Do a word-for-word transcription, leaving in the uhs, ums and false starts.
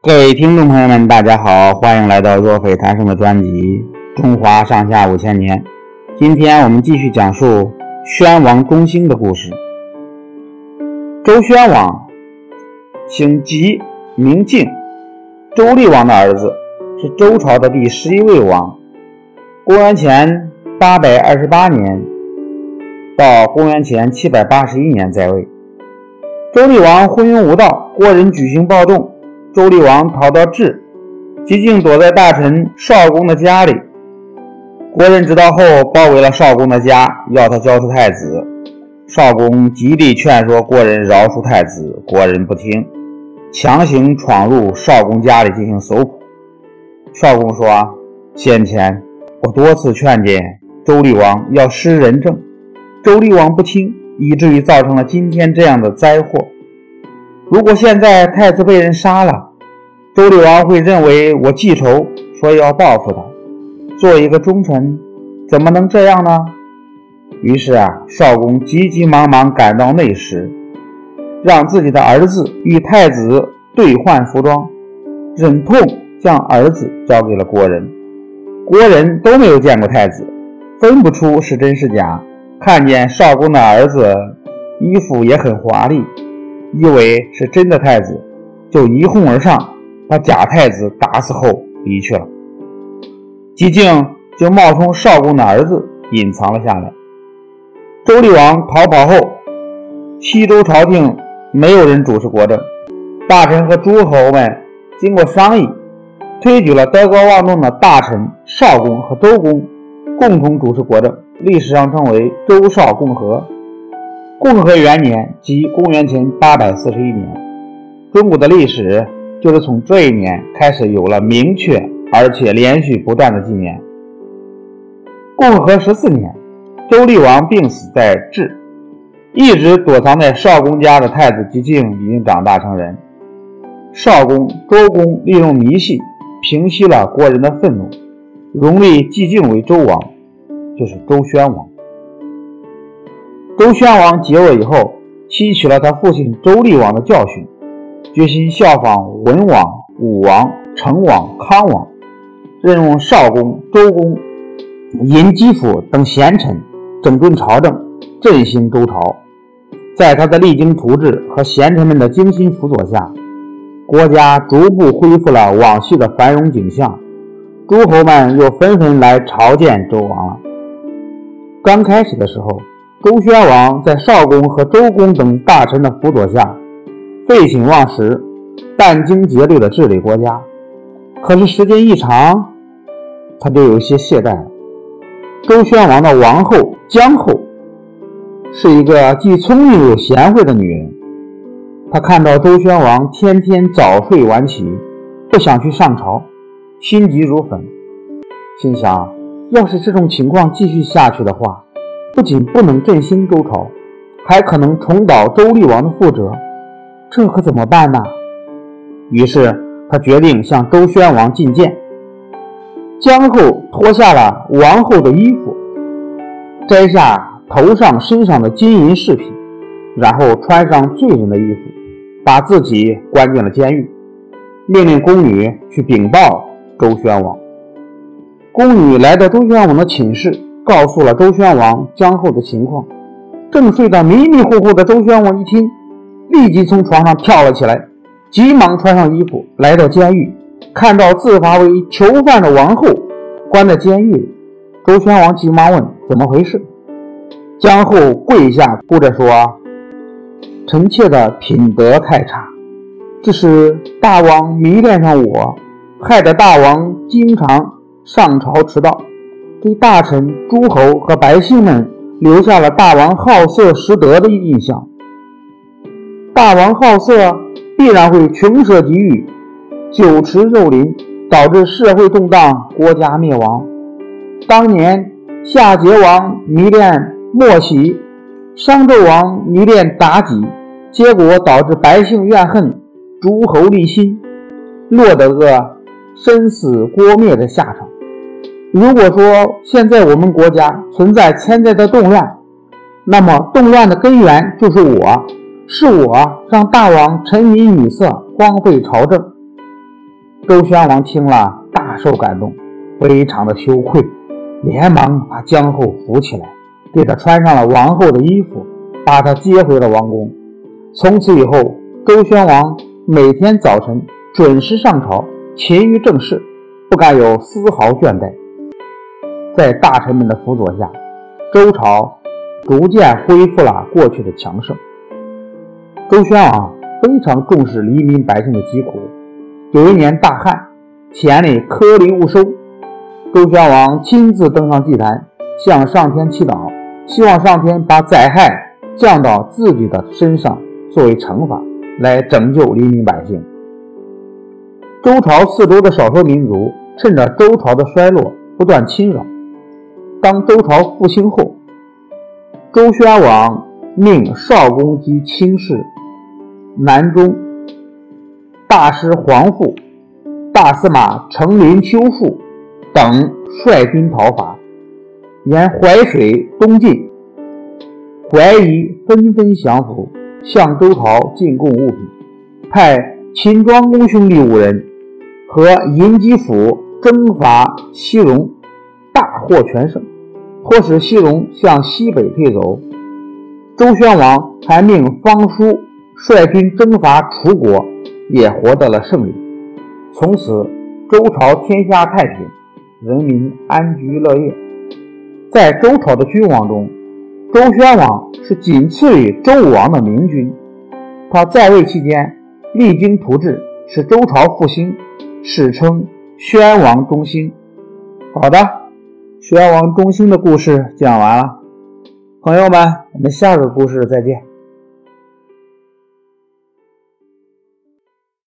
各位听众朋友们，大家好，欢迎来到若非谈生的专辑《中华上下五千年》。今天我们继续讲述宣王中兴的故事。周宣王姓姬，名敬，周厉王的儿子，是周朝的第十一位王。公元前八百二十八年到公元前七百八十一年在位。周厉王昏庸无道，国人举行暴动，周厉王逃到治，姬敬躲在大臣少公的家里。国人知道后包围了少公的家，要他交出太子。少公极力劝说国人饶恕太子，国人不听，强行闯入少公家里进行搜捕。少公说，先前我多次劝谏周厉王要施仁政，周厉王不听，以至于造成了今天这样的灾祸。如果现在太子被人杀了，周厉王会认为我记仇，说要报复他。做一个忠臣，怎么能这样呢？于是啊，少公急急忙忙赶到内室，让自己的儿子与太子兑换服装，忍痛将儿子交给了国人。国人都没有见过太子，分不出是真是假，看见少公的儿子衣服也很华丽，以为是真的太子，就一哄而上，把假太子打死后离去了。姬敬就冒充少公的儿子隐藏了下来。周厉王逃跑后，西周朝廷没有人主持国政，大臣和诸侯们经过商议，推举了德高望重的大臣少公和周公共同主持国政，历史上称为周少共和。共和元年，即公元前八百四十一年，中国的历史就是从这一年开始有了明确而且连续不断的纪年。共和十四年，周厉王病死在治，一直躲藏在少公家的太子姬敬已经长大成人。少公、周公利用迷信平息了国人的愤怒，荣立姬敬为周王，就是周宣王。周宣王即位以后，吸取了他父亲周厉王的教训，决心效仿文王、武王、成王、康王，任用少公、周公、尹基辅等贤臣，整顿朝政，振兴周朝。在他的励精图治和贤臣们的精心辅佐下，国家逐步恢复了往昔的繁荣景象，诸侯们又纷纷来朝见周王了。刚开始的时候，周宣王在少公和周公等大臣的辅佐下，废寝忘食，殚精竭虑地治理国家。可是时间一长，他就有些懈怠了。周宣王的王后姜后是一个既聪明又贤惠的女人，她看到周宣王天天早睡晚起，不想去上朝，心急如焚，心想要是这种情况继续下去的话，不仅不能振兴周朝，还可能重蹈周厉王的覆辙，这可怎么办呢？于是他决定向周宣王进谏。姜后脱下了王后的衣服，摘下头上身上的金银饰品，然后穿上罪人的衣服，把自己关进了监狱，命令宫女去禀报周宣王。宫女来到周宣王的寝室，告诉了周宣王姜后的情况。正睡得迷迷糊糊的周宣王一听，立即从床上跳了起来，急忙穿上衣服来到监狱，看到自罚为囚犯的王后关在监狱里。周宣王急忙问怎么回事。姜后跪下哭着说，臣妾的品德太差，致使大王迷恋上我，害得大王经常上朝迟到，给大臣、诸侯和百姓们留下了大王好色失德的印象。大王好色必然会穷奢极欲，酒池肉林，导致社会动荡，国家灭亡。当年夏桀王迷恋莫喜，商纣王迷恋妲己，结果导致百姓怨恨，诸侯立心，落得个生死国灭的下场。如果说现在我们国家存在潜在的动乱，那么动乱的根源就是我，是我让大王沉迷女色，荒废朝政。 周宣王听了大受感动，非常的羞愧，连忙把姜后扶起来，给他穿上了王后的衣服，把他接回了王宫。从此以后，周宣王每天早晨准时上朝，勤于政事，不敢有丝毫倦怠。在大臣们的辅佐下，周朝逐渐恢复了过去的强盛。周宣王非常重视黎民百姓的疾苦。有一年大旱，田里颗粒无收，周宣王亲自登上祭坛，向上天祈祷，希望上天把灾害降到自己的身上作为惩罚，来拯救黎民百姓。周朝四周的少数民族趁着周朝的衰落不断侵扰。当周朝复兴后，周宣王命少公及卿士、南中、大师黄父、大司马程林丘父等率军讨伐，沿淮水东进，淮夷纷纷降服，向周朝进贡物品，派秦庄公兄弟五人和尹吉甫征伐西戎，大获全胜，迫使西戎向西北退走。周宣王还命方叔率军征伐楚国，也获得了胜利。从此周朝天下太平，人民安居乐业。在周朝的君王中，周宣王是仅次于周武王的明君。他在位期间励精图治，使周朝复兴，史称宣王中兴。好的，宣王中兴的故事讲完了，朋友们，我们下个故事再见。